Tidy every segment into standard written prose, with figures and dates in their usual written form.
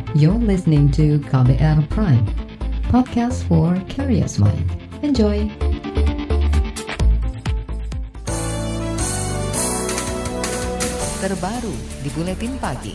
You're listening to KBR Prime, podcast for curious mind. Enjoy! Terbaru di Buletin Pagi.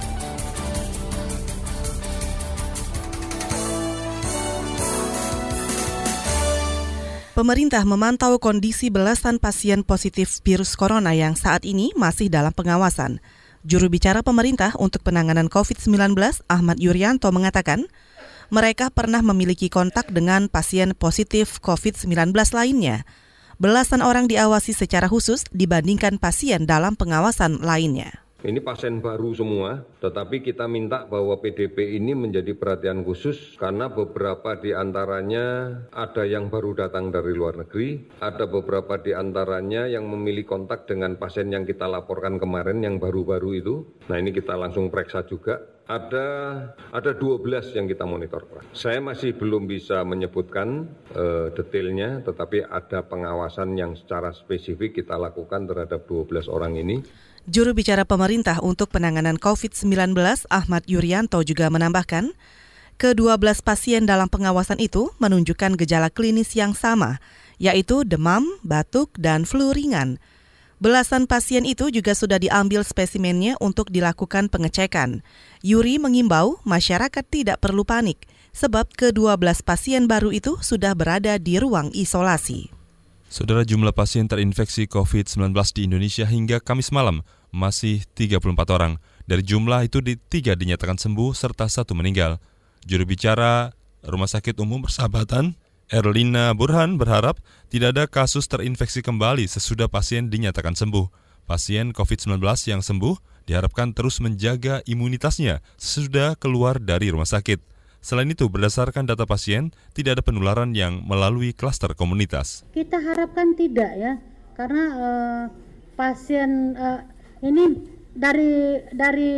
Pemerintah memantau kondisi belasan pasien positif virus corona yang saat ini masih dalam pengawasan. Juru bicara pemerintah untuk penanganan COVID-19, Ahmad Yuryanto, mengatakan mereka pernah memiliki kontak dengan pasien positif COVID-19 lainnya. Belasan orang diawasi secara khusus dibandingkan pasien dalam pengawasan lainnya. Ini pasien baru semua, tetapi kita minta bahwa PDP ini menjadi perhatian khusus karena beberapa di antaranya ada yang baru datang dari luar negeri, ada beberapa di antaranya yang memiliki kontak dengan pasien yang kita laporkan kemarin yang baru-baru itu. Nah, ini kita langsung periksa juga. Ada 12 yang kita monitor. Saya masih belum bisa menyebutkan detailnya, tetapi ada pengawasan yang secara spesifik kita lakukan terhadap 12 orang ini. Juru bicara pemerintah untuk penanganan COVID-19, Ahmad Yuryanto, juga menambahkan, ke-12 pasien dalam pengawasan itu menunjukkan gejala klinis yang sama, yaitu demam, batuk, dan flu ringan. Belasan pasien itu juga sudah diambil spesimennya untuk dilakukan pengecekan. Yuri mengimbau masyarakat tidak perlu panik, sebab ke-12 pasien baru itu sudah berada di ruang isolasi. Saudara, jumlah pasien terinfeksi COVID-19 di Indonesia hingga Kamis malam masih 34 orang. Dari jumlah itu 3 dinyatakan sembuh serta 1 meninggal. Juru bicara Rumah Sakit Umum Persahabatan, Erlina Burhan, berharap tidak ada kasus terinfeksi kembali sesudah pasien dinyatakan sembuh. Pasien COVID-19 yang sembuh diharapkan terus menjaga imunitasnya sesudah keluar dari rumah sakit. Selain itu, berdasarkan data pasien, tidak ada penularan yang melalui klaster komunitas. Kita harapkan tidak ya, karena pasien ini dari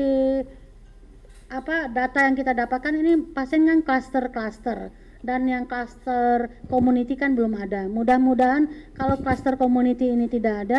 data yang kita dapatkan ini pasien kan klaster dan yang klaster community kan belum ada. Mudah-mudahan kalau klaster community ini tidak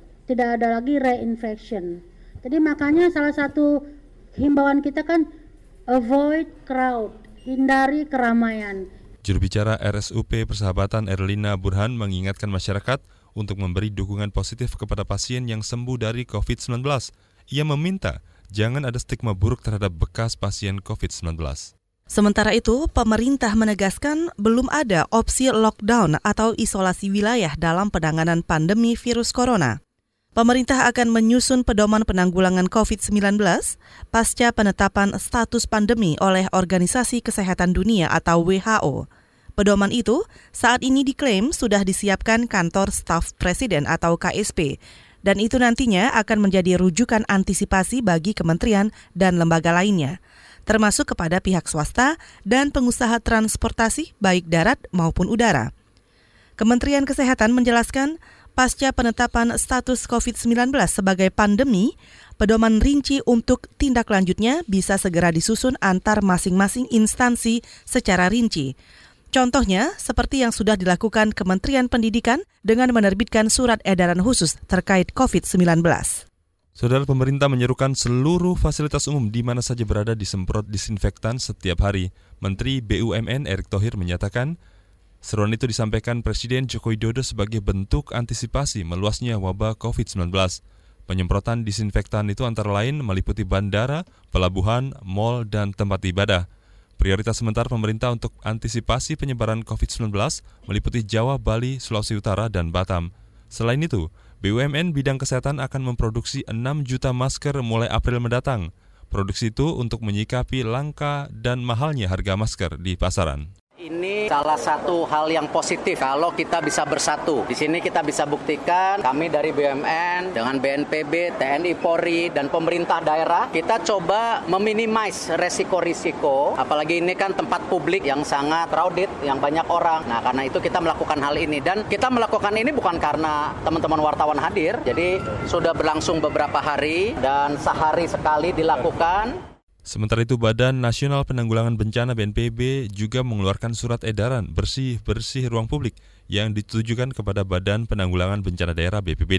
ada lagi reinfection. Jadi makanya salah satu himbauan kita kan avoid crowd. Hindari keramaian. Juru bicara RSUP Persahabatan Erlina Burhan mengingatkan masyarakat untuk memberi dukungan positif kepada pasien yang sembuh dari COVID-19. Ia meminta jangan ada stigma buruk terhadap bekas pasien COVID-19. Sementara itu, pemerintah menegaskan belum ada opsi lockdown atau isolasi wilayah dalam penanganan pandemi virus corona. Pemerintah akan menyusun pedoman penanggulangan COVID-19 pasca penetapan status pandemi oleh Organisasi Kesehatan Dunia atau WHO. Pedoman itu saat ini diklaim sudah disiapkan Kantor Staf Presiden atau KSP, dan itu nantinya akan menjadi rujukan antisipasi bagi kementerian dan lembaga lainnya, termasuk kepada pihak swasta dan pengusaha transportasi baik darat maupun udara. Kementerian Kesehatan menjelaskan, pasca penetapan status COVID-19 sebagai pandemi, pedoman rinci untuk tindak lanjutnya bisa segera disusun antar masing-masing instansi secara rinci. Contohnya, seperti yang sudah dilakukan Kementerian Pendidikan dengan menerbitkan surat edaran khusus terkait COVID-19. Saudara, pemerintah menyerukan seluruh fasilitas umum di mana saja berada disemprot disinfektan setiap hari. Menteri BUMN Erick Thohir menyatakan, seruan itu disampaikan Presiden Joko Widodo sebagai bentuk antisipasi meluasnya wabah COVID-19. Penyemprotan disinfektan itu antara lain meliputi bandara, pelabuhan, mal, dan tempat ibadah. Prioritas sementara pemerintah untuk antisipasi penyebaran COVID-19 meliputi Jawa, Bali, Sulawesi Utara, dan Batam. Selain itu, BUMN bidang kesehatan akan memproduksi 6 juta masker mulai April mendatang. Produksi itu untuk menyikapi langka dan mahalnya harga masker di pasaran. Ini salah satu hal yang positif kalau kita bisa bersatu. Di sini kita bisa buktikan kami dari BUMN dengan BNPB, TNI Polri dan pemerintah daerah kita coba meminimais resiko-risiko. Apalagi ini kan tempat publik yang sangat crowded, yang banyak orang. Nah, karena itu kita melakukan hal ini dan kita melakukan ini bukan karena teman-teman wartawan hadir. Jadi sudah berlangsung beberapa hari dan sehari sekali dilakukan. Sementara itu, Badan Nasional Penanggulangan Bencana BNPB juga mengeluarkan surat edaran bersih-bersih ruang publik yang ditujukan kepada Badan Penanggulangan Bencana Daerah BPBD.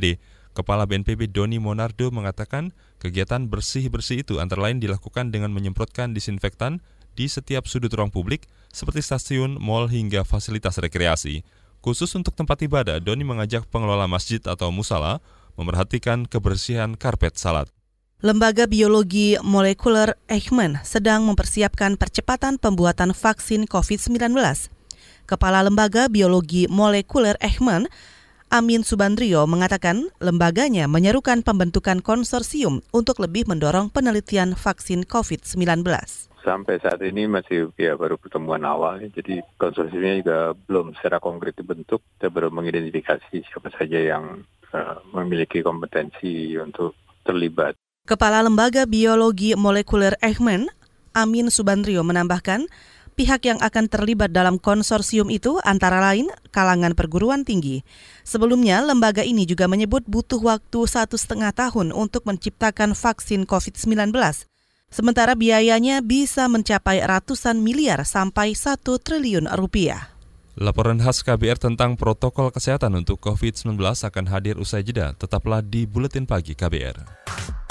Kepala BNPB Doni Monardo mengatakan kegiatan bersih-bersih itu antara lain dilakukan dengan menyemprotkan disinfektan di setiap sudut ruang publik seperti stasiun, mal hingga fasilitas rekreasi. Khusus untuk tempat ibadah, Doni mengajak pengelola masjid atau musala memerhatikan kebersihan karpet salat. Lembaga Biologi Molekuler Eichmann sedang mempersiapkan percepatan pembuatan vaksin COVID-19. Kepala Lembaga Biologi Molekuler Eichmann, Amin Subandrio, mengatakan lembaganya menyerukan pembentukan konsorsium untuk lebih mendorong penelitian vaksin COVID-19. Sampai saat ini masih baru pertemuan awal, jadi konsorsiumnya juga belum secara konkret dibentuk. Kita baru mengidentifikasi siapa saja yang memiliki kompetensi untuk terlibat. Kepala Lembaga Biologi Molekuler Eichmann, Amin Subandrio, menambahkan pihak yang akan terlibat dalam konsorsium itu antara lain kalangan perguruan tinggi. Sebelumnya, lembaga ini juga menyebut butuh waktu 1,5 tahun untuk menciptakan vaksin COVID-19. Sementara biayanya bisa mencapai ratusan miliar sampai 1 triliun rupiah. Laporan khas KBR tentang protokol kesehatan untuk COVID-19 akan hadir usai jeda. Tetaplah di Buletin Pagi KBR.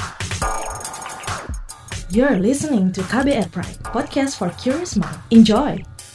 You're listening to KBR Pride, podcast for curious mind. Enjoy!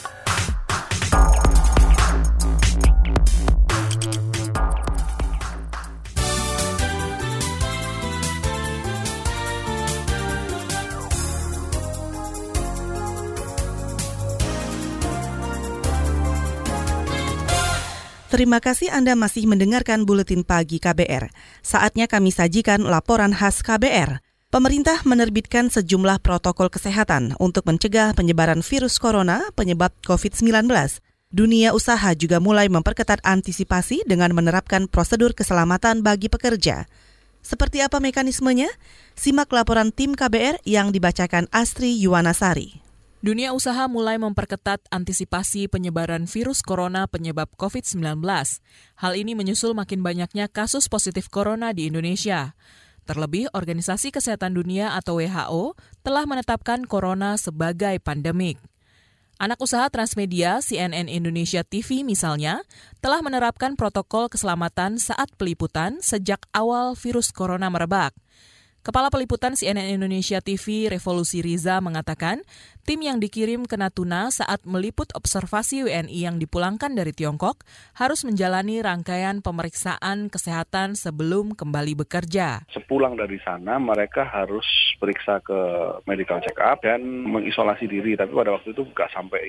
Terima kasih Anda masih mendengarkan Buletin Pagi KBR. Saatnya kami sajikan laporan khas KBR. Pemerintah menerbitkan sejumlah protokol kesehatan untuk mencegah penyebaran virus corona penyebab COVID-19. Dunia usaha juga mulai memperketat antisipasi dengan menerapkan prosedur keselamatan bagi pekerja. Seperti apa mekanismenya? Simak laporan tim KBR yang dibacakan Astri Yuwanasari. Dunia usaha mulai memperketat antisipasi penyebaran virus corona penyebab COVID-19. Hal ini menyusul makin banyaknya kasus positif corona di Indonesia. Terlebih, Organisasi Kesehatan Dunia atau WHO telah menetapkan corona sebagai pandemik. Anak usaha transmedia CNN Indonesia TV misalnya telah menerapkan protokol keselamatan saat peliputan sejak awal virus corona merebak. Kepala Peliputan CNN Indonesia TV Revolusi Riza mengatakan, tim yang dikirim ke Natuna saat meliput observasi WNI yang dipulangkan dari Tiongkok harus menjalani rangkaian pemeriksaan kesehatan sebelum kembali bekerja. Sepulang dari sana mereka harus periksa ke medical check up dan mengisolasi diri. Tapi pada waktu itu nggak sampai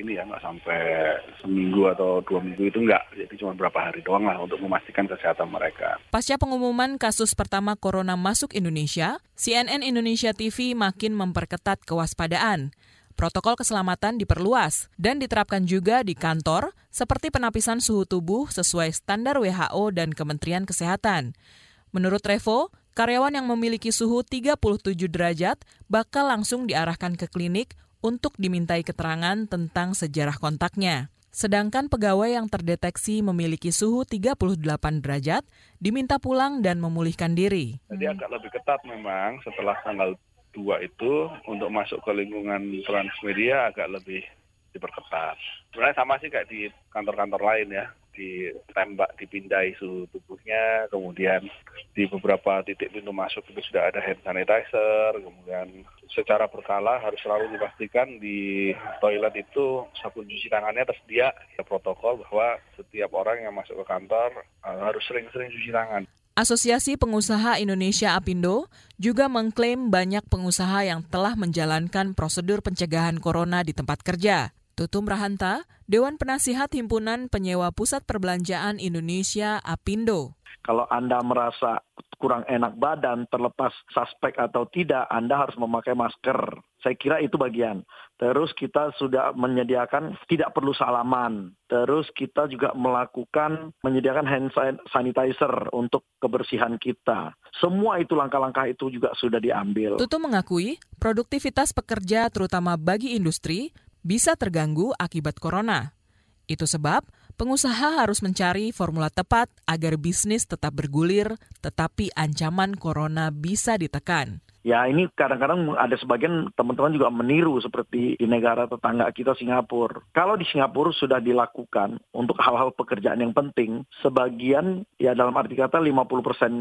seminggu atau 2 minggu itu nggak. Jadi cuma berapa hari doang lah untuk memastikan kesehatan mereka. Pasca pengumuman kasus pertama corona masuk Indonesia, CNN Indonesia TV makin memperketat kewaspadaan. Protokol keselamatan diperluas dan diterapkan juga di kantor seperti penapisan suhu tubuh sesuai standar WHO dan Kementerian Kesehatan. Menurut Revo, karyawan yang memiliki suhu 37 derajat bakal langsung diarahkan ke klinik untuk dimintai keterangan tentang sejarah kontaknya. Sedangkan pegawai yang terdeteksi memiliki suhu 38 derajat diminta pulang dan memulihkan diri. Jadi agak lebih ketat memang setelah tanggal 2 itu untuk masuk ke lingkungan transmedia agak lebih diperketat. Sebenarnya sama sih kayak di kantor-kantor lain ya. Ditembak, dipindai suhu tubuhnya, kemudian di beberapa titik pintu masuk itu sudah ada hand sanitizer, kemudian secara berkala harus selalu dipastikan di toilet itu sabun cuci tangannya tersedia. Ada protokol bahwa setiap orang yang masuk ke kantor harus sering-sering cuci tangan. Asosiasi Pengusaha Indonesia Apindo juga mengklaim banyak pengusaha yang telah menjalankan prosedur pencegahan corona di tempat kerja. Tutum Rahanta, Dewan Penasihat Himpunan Penyewa Pusat Perbelanjaan Indonesia Apindo. Kalau Anda merasa kurang enak badan, terlepas suspek atau tidak, Anda harus memakai masker. Saya kira itu bagian. Terus kita sudah menyediakan tidak perlu salaman. Terus kita juga menyediakan hand sanitizer untuk kebersihan kita. Semua itu langkah-langkah itu juga sudah diambil. Tutum mengakui produktivitas pekerja terutama bagi industri bisa terganggu akibat corona. Itu sebab pengusaha harus mencari formula tepat agar bisnis tetap bergulir, tetapi ancaman corona bisa ditekan. Ya ini kadang-kadang ada sebagian teman-teman juga meniru seperti di negara tetangga kita Singapura. Kalau di Singapura sudah dilakukan untuk hal-hal pekerjaan yang penting, sebagian ya dalam arti kata 50%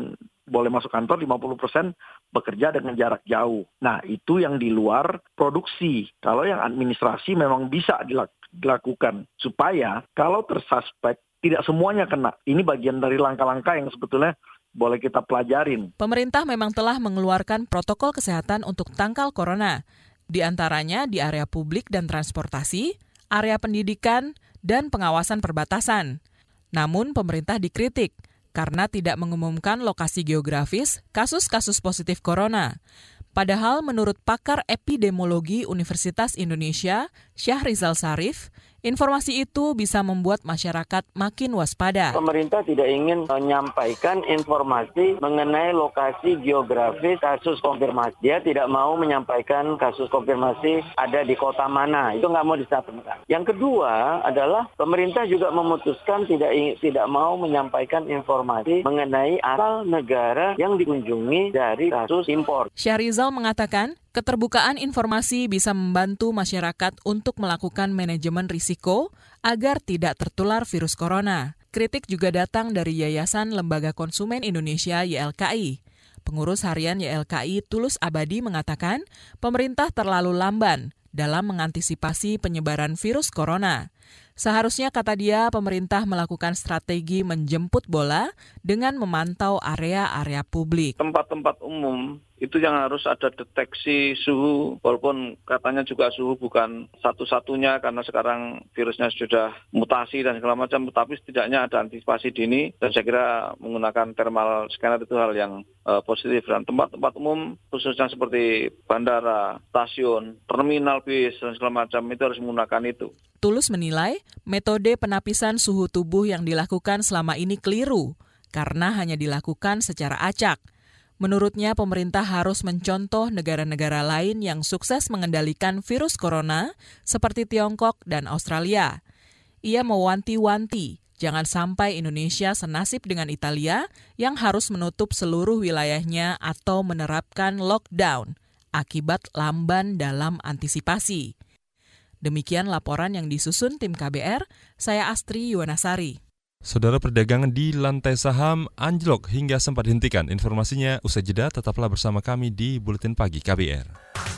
boleh masuk kantor, 50% bekerja dengan jarak jauh. Nah, itu yang di luar produksi. Kalau yang administrasi memang bisa dilakukan supaya kalau tersuspek tidak semuanya kena. Ini bagian dari langkah-langkah yang sebetulnya boleh kita pelajarin. Pemerintah memang telah mengeluarkan protokol kesehatan untuk tangkal corona. Di antaranya di area publik dan transportasi, area pendidikan, dan pengawasan perbatasan. Namun pemerintah dikritik karena tidak mengumumkan lokasi geografis kasus-kasus positif corona. Padahal menurut pakar epidemiologi Universitas Indonesia, Syahrizal Sarif, informasi itu bisa membuat masyarakat makin waspada. Pemerintah tidak ingin menyampaikan informasi mengenai lokasi geografis kasus konfirmasi. Dia tidak mau menyampaikan kasus konfirmasi ada di kota mana. Itu nggak mau disampaikan. Yang kedua adalah pemerintah juga memutuskan tidak mau menyampaikan informasi mengenai asal negara yang dikunjungi dari kasus impor. Syahrizal mengatakan, keterbukaan informasi bisa membantu masyarakat untuk melakukan manajemen risiko agar tidak tertular virus corona. Kritik juga datang dari Yayasan Lembaga Konsumen Indonesia YLKI. Pengurus harian YLKI Tulus Abadi mengatakan, pemerintah terlalu lamban dalam mengantisipasi penyebaran virus corona. Seharusnya, kata dia, pemerintah melakukan strategi menjemput bola dengan memantau area-area publik. Tempat-tempat umum itu yang harus ada deteksi suhu, walaupun katanya juga suhu bukan satu-satunya karena sekarang virusnya sudah mutasi dan segala macam, tetapi setidaknya ada antisipasi dini dan saya kira menggunakan thermal scanner itu hal yang positif. Dan tempat-tempat umum khususnya seperti bandara, stasiun, terminal bis dan segala macam itu harus menggunakan itu. Tulus menilai metode penapisan suhu tubuh yang dilakukan selama ini keliru karena hanya dilakukan secara acak. Menurutnya, pemerintah harus mencontoh negara-negara lain yang sukses mengendalikan virus corona seperti Tiongkok dan Australia. Ia mewanti-wanti jangan sampai Indonesia senasib dengan Italia yang harus menutup seluruh wilayahnya atau menerapkan lockdown akibat lamban dalam antisipasi. Demikian laporan yang disusun tim KBR, saya Astri Yuwanasari. Saudara, perdagangan di lantai saham anjlok hingga sempat dihentikan. Informasinya usai jeda, tetaplah bersama kami di Buletin Pagi KBR.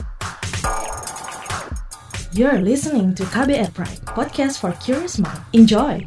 You're listening to KBR Pride, podcast for curious mind. Enjoy!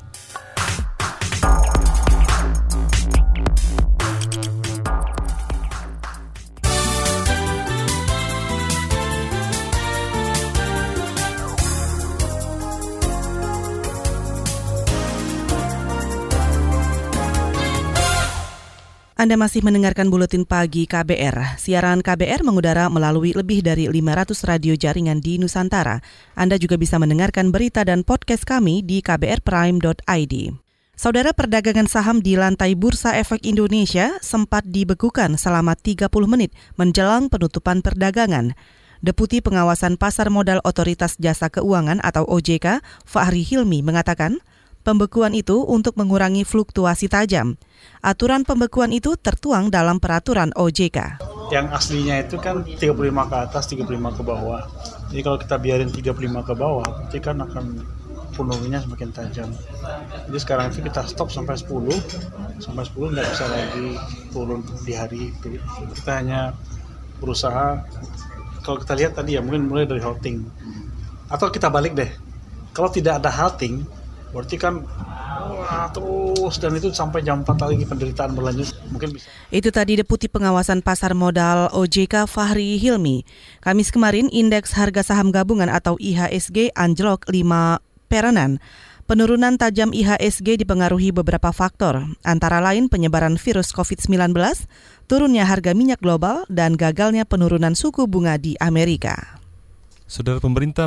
Anda masih mendengarkan Buletin Pagi KBR. Siaran KBR mengudara melalui lebih dari 500 radio jaringan di Nusantara. Anda juga bisa mendengarkan berita dan podcast kami di kbrprime.id. Saudara, perdagangan saham di lantai Bursa Efek Indonesia sempat dibekukan selama 30 menit menjelang penutupan perdagangan. Deputi Pengawasan Pasar Modal Otoritas Jasa Keuangan atau OJK, Fahri Hilmi mengatakan, pembekuan itu untuk mengurangi fluktuasi tajam. Aturan pembekuan itu tertuang dalam peraturan OJK. Yang aslinya itu kan 35 ke atas, 35 ke bawah. Jadi kalau kita biarin 35 ke bawah, berarti kan akan volumenya semakin tajam. Jadi sekarang itu kita stop sampai 10. Sampai 10 nggak bisa lagi turun di hari itu. Kita hanya berusaha, kalau kita lihat tadi ya mungkin mulai dari halting. Atau kita balik deh, kalau tidak ada halting, berarti kan terus dan itu sampai jam 4 lagi penderitaan berlanjut. Mungkin bisa. Itu tadi Deputi Pengawasan Pasar Modal OJK Fahri Hilmi. Kamis kemarin indeks harga saham gabungan atau IHSG anjlok 5 perenan. Penurunan tajam IHSG dipengaruhi beberapa faktor, antara lain penyebaran virus COVID-19, turunnya harga minyak global, dan gagalnya penurunan suku bunga di Amerika. Saudara, pemerintah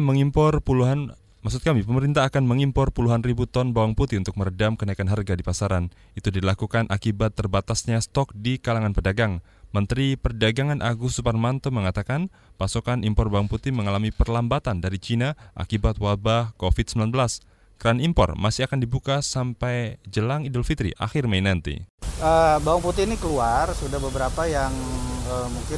akan mengimpor puluhan ribu ton bawang putih untuk meredam kenaikan harga di pasaran. Itu dilakukan akibat terbatasnya stok di kalangan pedagang. Menteri Perdagangan Agus Suparmanto mengatakan pasokan impor bawang putih mengalami perlambatan dari Cina akibat wabah COVID-19. Keran impor masih akan dibuka sampai jelang Idul Fitri akhir Mei nanti. Bawang putih ini keluar, sudah beberapa yang mungkin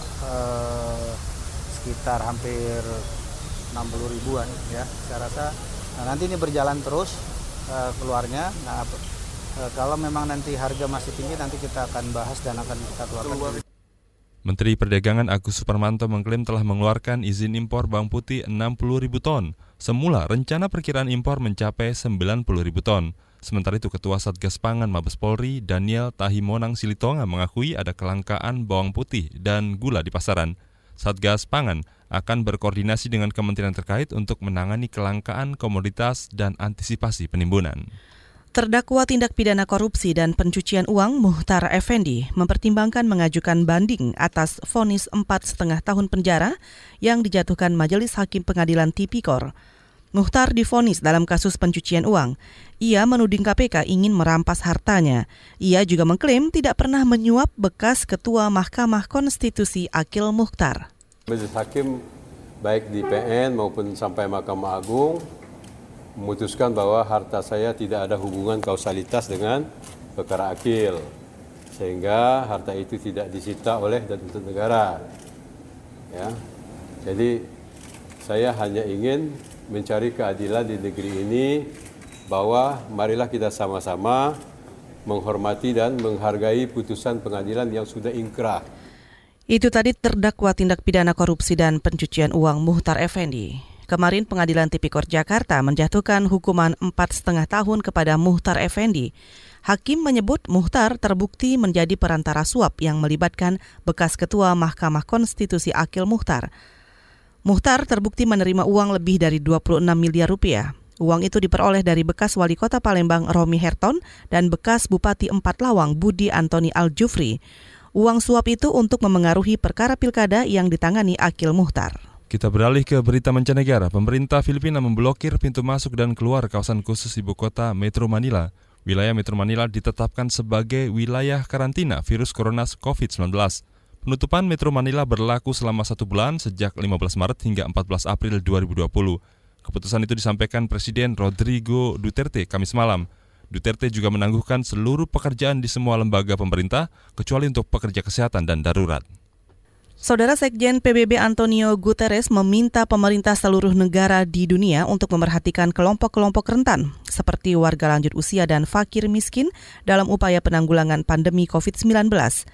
sekitar hampir 60 ribuan ya. Saya rasa nanti ini berjalan terus keluarnya. Nah, Kalau memang nanti harga masih tinggi, nanti kita akan bahas dan akan kita keluarkan. Menteri Perdagangan Agus Suparmanto mengklaim telah mengeluarkan izin impor bawang putih 60.000 ton. Semula rencana perkiraan impor mencapai 90.000 ton. Sementara itu Ketua Satgas Pangan Mabes Polri Daniel Tahimonang Silitonga mengakui ada kelangkaan bawang putih dan gula di pasaran. Satgas Pangan akan berkoordinasi dengan kementerian terkait untuk menangani kelangkaan komoditas dan antisipasi penimbunan. Terdakwa tindak pidana korupsi dan pencucian uang Muhtar Effendi mempertimbangkan mengajukan banding atas vonis 4,5 tahun penjara yang dijatuhkan Majelis Hakim Pengadilan Tipikor. Muhtar divonis dalam kasus pencucian uang. Ia menuding KPK ingin merampas hartanya. Ia juga mengklaim tidak pernah menyuap bekas Ketua Mahkamah Konstitusi Akil Mukhtar. Majelis Hakim baik di PN maupun sampai Mahkamah Agung memutuskan bahwa harta saya tidak ada hubungan kausalitas dengan perkara Akil, sehingga harta itu tidak disita oleh dan untuk negara. Ya, jadi saya hanya ingin mencari keadilan di negeri ini, bahwa marilah kita sama-sama menghormati dan menghargai putusan pengadilan yang sudah ingkrah. Itu tadi terdakwa tindak pidana korupsi dan pencucian uang Muhtar Effendi. Kemarin Pengadilan Tipikor Jakarta menjatuhkan hukuman 4,5 tahun kepada Muhtar Effendi. Hakim menyebut Muhtar terbukti menjadi perantara suap yang melibatkan bekas Ketua Mahkamah Konstitusi Akil Mukhtar. Muhtar terbukti menerima uang lebih dari 26 miliar rupiah. Uang itu diperoleh dari bekas Wali Kota Palembang Romi Herton dan bekas Bupati Empat Lawang Budi Antoni Aljufri. Uang suap itu untuk memengaruhi perkara pilkada yang ditangani Akil Mukhtar. Kita beralih ke berita mancanegara. Pemerintah Filipina memblokir pintu masuk dan keluar kawasan khusus ibu kota Metro Manila. Wilayah Metro Manila ditetapkan sebagai wilayah karantina virus corona COVID-19. Penutupan Metro Manila berlaku selama 1 bulan sejak 15 Maret hingga 14 April 2020. Keputusan itu disampaikan Presiden Rodrigo Duterte Kamis malam. Duterte juga menangguhkan seluruh pekerjaan di semua lembaga pemerintah, kecuali untuk pekerja kesehatan dan darurat. Saudara Sekjen PBB Antonio Guterres meminta pemerintah seluruh negara di dunia untuk memerhatikan kelompok-kelompok rentan seperti warga lanjut usia dan fakir miskin dalam upaya penanggulangan pandemi COVID-19.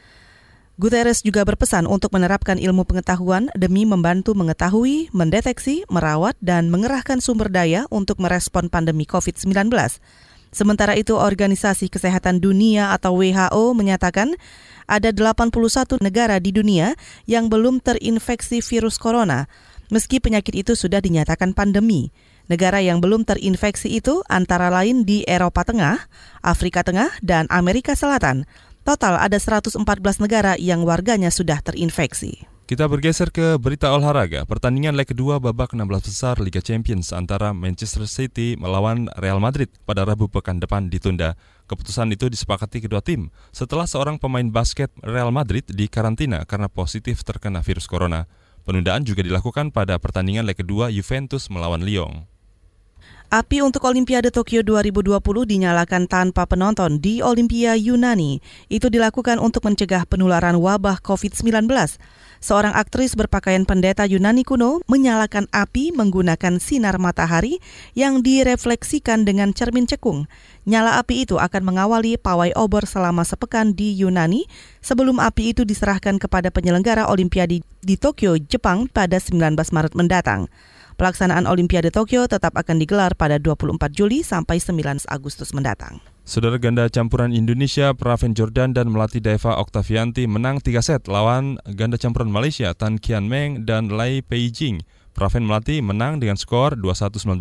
Guterres juga berpesan untuk menerapkan ilmu pengetahuan demi membantu mengetahui, mendeteksi, merawat, dan mengerahkan sumber daya untuk merespon pandemi COVID-19. Sementara itu, Organisasi Kesehatan Dunia atau WHO menyatakan ada 81 negara di dunia yang belum terinfeksi virus corona, meski penyakit itu sudah dinyatakan pandemi. Negara yang belum terinfeksi itu antara lain di Eropa Tengah, Afrika Tengah, dan Amerika Selatan. Total ada 114 negara yang warganya sudah terinfeksi. Kita bergeser ke berita olahraga. Pertandingan leg kedua babak 16 besar Liga Champions antara Manchester City melawan Real Madrid pada Rabu pekan depan ditunda. Keputusan itu disepakati kedua tim setelah seorang pemain basket Real Madrid dikarantina karena positif terkena virus corona. Penundaan juga dilakukan pada pertandingan leg kedua Juventus melawan Lyon. Api untuk Olimpiade Tokyo 2020 dinyalakan tanpa penonton di Olimpia Yunani. Itu dilakukan untuk mencegah penularan wabah COVID-19. Seorang aktris berpakaian pendeta Yunani kuno menyalakan api menggunakan sinar matahari yang direfleksikan dengan cermin cekung. Nyala api itu akan mengawali pawai obor selama sepekan di Yunani sebelum api itu diserahkan kepada penyelenggara Olimpiade di Tokyo, Jepang pada 19 Maret mendatang. Pelaksanaan Olimpiade Tokyo tetap akan digelar pada 24 Juli sampai 9 Agustus mendatang. Saudara ganda campuran Indonesia Praven Jordan dan Melati Daeva Oktavianti menang 3 set lawan ganda campuran Malaysia Tan Kian Meng dan Lai Peijing. Praven Melati menang dengan skor 21-19,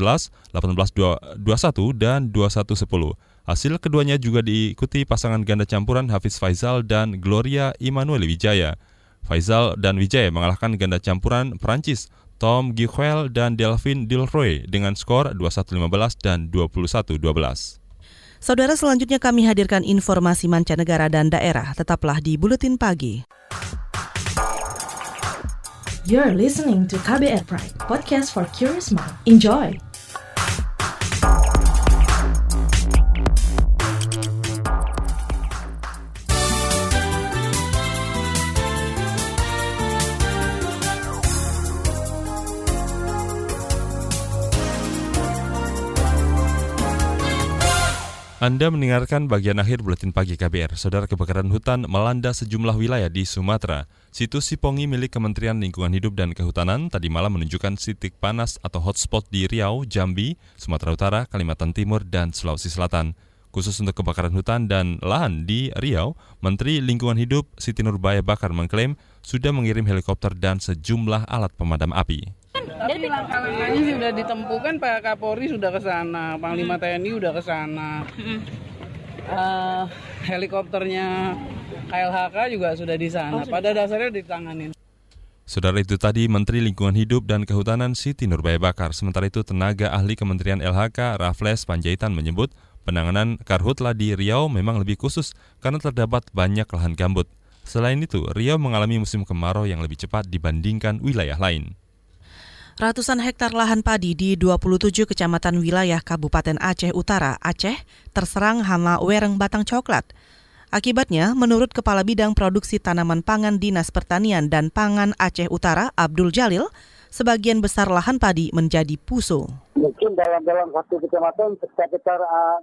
18-21 dan 21-10. Hasil keduanya juga diikuti pasangan ganda campuran Hafiz Faizal dan Gloria Immanuel Wijaya. Faizal dan Wijaya mengalahkan ganda campuran Perancis Tom Guichel dan Delphine Dilroy dengan skor 21-15 dan 21-12. Saudara, selanjutnya kami hadirkan informasi mancanegara dan daerah. Tetaplah di Buletin Pagi. You're listening to KBR Pride, podcast for curious mind. Enjoy! Anda mendengarkan bagian akhir Buletin Pagi KBR. Saudara, kebakaran hutan melanda sejumlah wilayah di Sumatera. Situs Sipongi milik Kementerian Lingkungan Hidup dan Kehutanan tadi malam menunjukkan titik panas atau hotspot di Riau, Jambi, Sumatera Utara, Kalimantan Timur, dan Sulawesi Selatan. Khusus untuk kebakaran hutan dan lahan di Riau, Menteri Lingkungan Hidup Siti Nurbaya Bakar mengklaim sudah mengirim helikopter dan sejumlah alat pemadam api. Tapi langkah-langkahnya sudah ditempuh kan, Pak Kapolri sudah ke sana, Panglima TNI sudah ke sana. Helikopternya KLHK juga sudah di sana. Pada dasarnya ditanganin. Saudara, itu tadi Menteri Lingkungan Hidup dan Kehutanan Siti Nurbaya Bakar. Sementara itu tenaga ahli Kementerian LHK Raffles Panjaitan menyebut penanganan karhutla di Riau memang lebih khusus karena terdapat banyak lahan gambut. Selain itu, Riau mengalami musim kemarau yang lebih cepat dibandingkan wilayah lain. Ratusan hektar lahan padi di 27 kecamatan wilayah Kabupaten Aceh Utara, Aceh, terserang hama wereng batang coklat. Akibatnya, menurut Kepala Bidang Produksi Tanaman Pangan Dinas Pertanian dan Pangan Aceh Utara, Abdul Jalil, sebagian besar lahan padi menjadi puso. Mungkin dalam satu kecamatan sekitar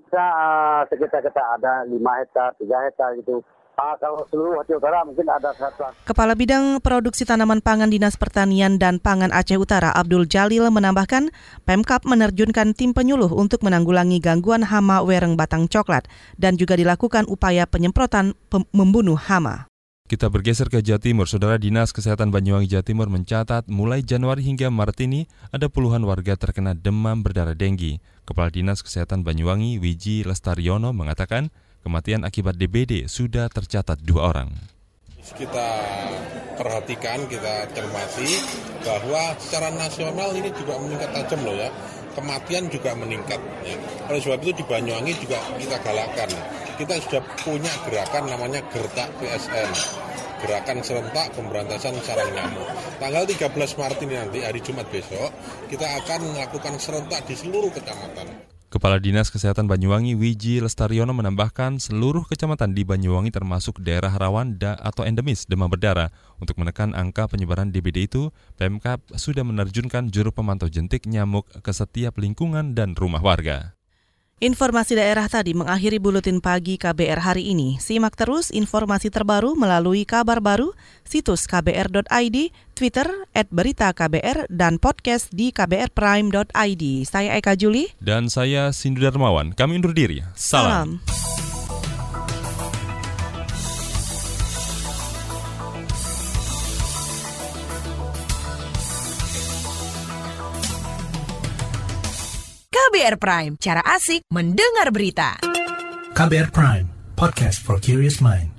ada 5 hektar, 3 hektar gitu. Kalau seluruh Aceh Utara mungkin ada 100. Kepala Bidang Produksi Tanaman Pangan Dinas Pertanian dan Pangan Aceh Utara, Abdul Jalil, menambahkan Pemkab menerjunkan tim penyuluh untuk menanggulangi gangguan hama wereng batang coklat dan juga dilakukan upaya penyemprotan membunuh hama. Kita bergeser ke Jawa Timur. Saudara, Dinas Kesehatan Banyuwangi Jawa Timur mencatat mulai Januari hingga Maret ini ada puluhan warga terkena demam berdarah denggi. Kepala Dinas Kesehatan Banyuwangi Wiji Lestariono mengatakan kematian akibat DBD sudah tercatat 2 orang. Kita perhatikan, kita cermati bahwa secara nasional ini juga meningkat tajam loh ya. Kematian juga meningkat. Ya. Oleh sebab itu di Banyuwangi juga kita galakkan. Kita sudah punya gerakan namanya Gertak PSN. Gerakan serentak pemberantasan sarang nyamuk. Tanggal 13 Maret ini nanti, hari Jumat besok, kita akan melakukan serentak di seluruh kecamatan. Kepala Dinas Kesehatan Banyuwangi Wiji Lestariono menambahkan seluruh kecamatan di Banyuwangi termasuk daerah rawan atau endemis demam berdarah. Untuk menekan angka penyebaran DBD itu, Pemkab sudah menerjunkan juru pemantau jentik nyamuk ke setiap lingkungan dan rumah warga. Informasi daerah tadi mengakhiri Buletin Pagi KBR hari ini. Simak terus informasi terbaru melalui kabar baru, situs kbr.id, Twitter @beritaKBR, dan podcast di kbrprime.id. Saya Eka Juli. Dan saya Sindu Darmawan. Kami undur diri. Salam. KBR Prime, cara asik mendengar berita. KBR Prime, podcast for curious mind.